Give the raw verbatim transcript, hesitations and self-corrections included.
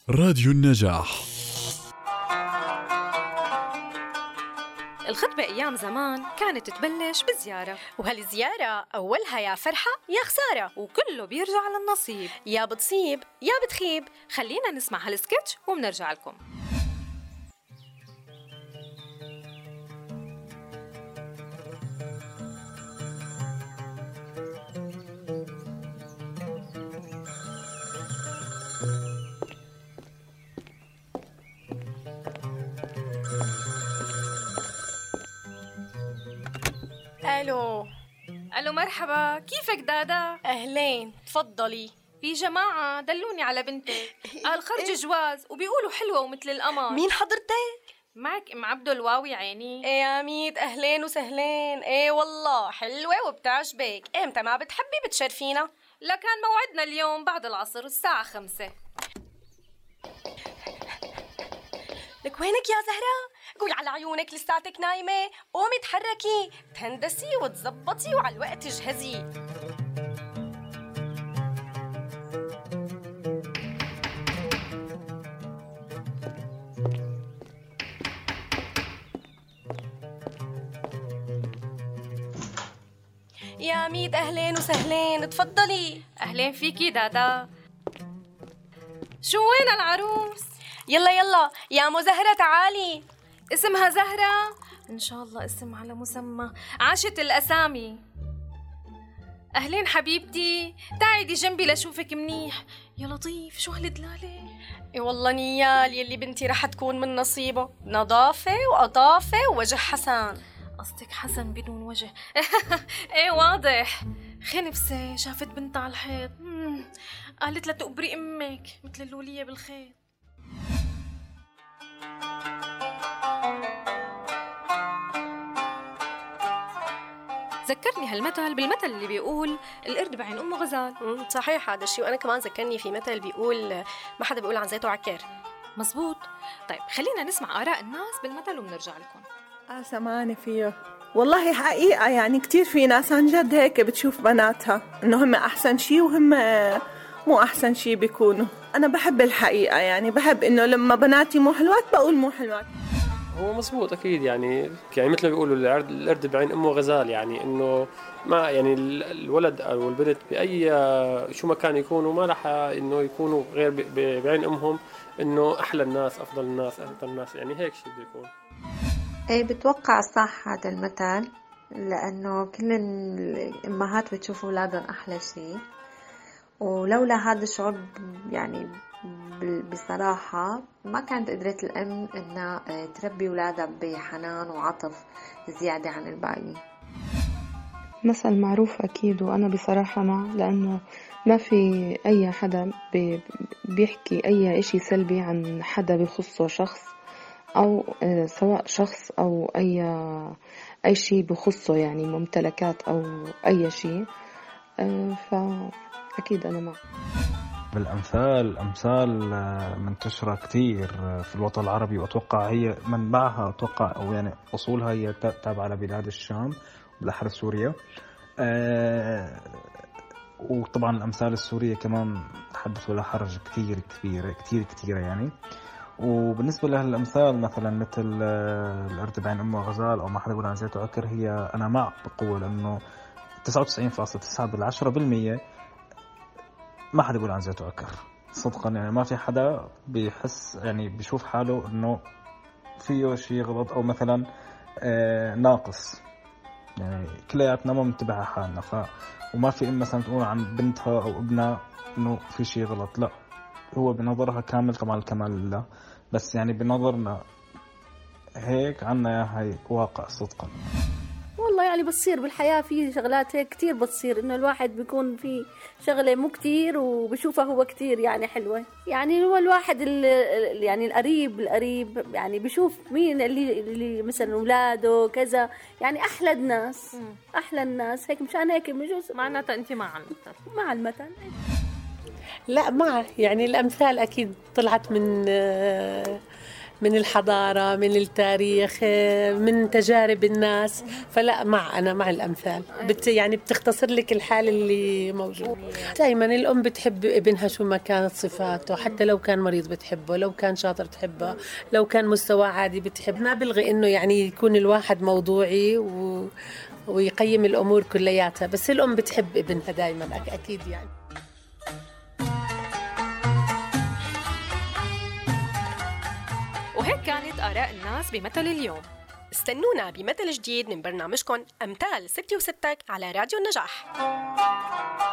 راديو النجاح. الخطبة أيام زمان كانت تبلش بزيارة، وهالزيارة أولها يا فرحة يا خسارة، وكله بيرجع على النصيب، يا بتصيب يا بتخيب. خلينا نسمع هالسكتش وبنرجع لكم. الو ألو مرحبا، كيفك دادا؟ اهلين، تفضلي. في جماعة دلوني على بنتك، قال خرج جواز وبيقولوا حلوة ومثل القمر. مين حضرتك؟ معك ام عبدو الواوي عيني. ايه يا ميت، اهلين وسهلين. ايه والله حلوة وبتعجبك. امتى ما بتحبي بتشرفينا؟ لا، كان موعدنا اليوم بعد العصر الساعة خمسة. لك وينك يا زهرة؟ قول على عيونك لساتك نايمة. قومي تحركي تهندسي وتزبطي وعلى الوقت جهزي. يا ميت اهلين وسهلين، تفضلي. أهلين فيكي دادا. شو وين العروس؟ يلا يلا يا مو زهرة تعالي. اسمها زهرة؟ إن شاء الله اسم على مسمى، عاشت الأسامي. أهلين حبيبتي، تعيدي جنبي لشوفك منيح. يا لطيف، شو هالدلالة؟ اي والله نيال يلي بنتي رح تكون من نصيبه، نظافة وقطافة ووجه حسن. قصدك حسن بدون وجه؟ ايه واضح. خنفسة شافت بنتها على الحيط، مم. قالت لا تقبري امك مثل اللولية بالخيط. ذكرني هالمثل بالمثل اللي بيقول القرد بعين امه غزال. صحيح هذا الشيء، وانا كمان ذكرني في مثل بيقول ما حدا بيقول عن زيته عكر. مزبوط. طيب خلينا نسمع آراء الناس بالمثل وبنرجع لكم. آه سمعني فيه والله حقيقة، يعني كتير في ناس عن جد هيك بتشوف بناتها إنه هم أحسن شي وهم مو أحسن شي بيكونوا. أنا بحب الحقيقة، يعني بحب إنه لما بناتي مو حلوات بقول مو حلوات. هو مزبوط أكيد، يعني يعني مثل ما بيقولوا القرد بعين أمه غزال، يعني إنه ما يعني الولد أو البنت بأي شو ما كان يكونوا ما رح إنه يكونوا غير بعين أمهم إنه أحلى الناس أفضل الناس أفضل الناس، يعني هيك شيء بيكون. ايه بتوقع صح هذا المثل، لأنه كل الأمهات بتشوف أولادهم أحلى شيء، ولولا هذا الشعور يعني بصراحة ما كانت قدرت الأم إنها تربي أولادها بحنان وعطف زيادة عن الباقي. مثل معروف أكيد، وأنا بصراحة مع، لأنه ما في أي حدا بيحكي أي إشي سلبي عن حدا بخصه شخص، أو سواء شخص أو أي أي شيء بخصه، يعني ممتلكات أو أي شيء. فأكيد أنا مع. بالأمثال أمثال منتشرة كتير في الوطن العربي، وأتوقع هي منبعها أتوقع أو يعني أصولها هي تابعة لبلاد الشام بالأحرى سوريا. وطبعا الأمثال السورية كمان حدث ولا حرج كتير كتير كتير كتير يعني. وبالنسبة للأمثال مثلا مثل القرد بعين أمه غزال أو ما حدا يقول عن زيته عكر، هي أنا مع بقوة، لأنه تسعة وتسعين فاصلة تسعة بالعشرة بالمية ما حدا يقول عن زيته عكر صدقا. يعني ما في حدا بيحس يعني بيشوف حاله إنه فيه شيء غلط أو مثلا آه ناقص، يعني كلياتنا ما منتبه حالنا. ف وما في إم مثلا تقول عن بنتها أو ابنها إنه في شيء غلط، لا، هو بنظرها كامل كمال الكمال لله، بس يعني بنظرنا هيك عنا يا هاي واقع صدقا. والله يعني بتصير بالحياة في شغلات هيك كتير بتصير، إنه الواحد بيكون في شغلة مو كتير وبشوفها هو كتير يعني حلوة. يعني هو الواحد يعني القريب القريب يعني بشوف مين اللي, اللي مثلا أولاده كذا، يعني أحلى الناس أحلى الناس هيك. مشان هيك بجوز معناتها أنت مع المثل. مع المثل لا، مع يعني الأمثال أكيد طلعت من من الحضارة، من التاريخ، من تجارب الناس. فلا مع أنا مع الأمثال بت يعني بتختصر لك الحال اللي موجود. دائما الأم بتحب ابنها شو ما كانت صفاته، حتى لو كان مريض بتحبه، لو كان شاطر بتحبه، لو كان مستوى عادي بتحب. ما بلغي إنه يعني يكون الواحد موضوعي و... ويقيم الأمور كلياتها، بس الأم بتحب ابنها دائما أكيد يعني. وهيك كانت آراء الناس بمثل اليوم. استنونا بمثل جديد من برنامجكم أمثال ستي وستك على راديو النجاح.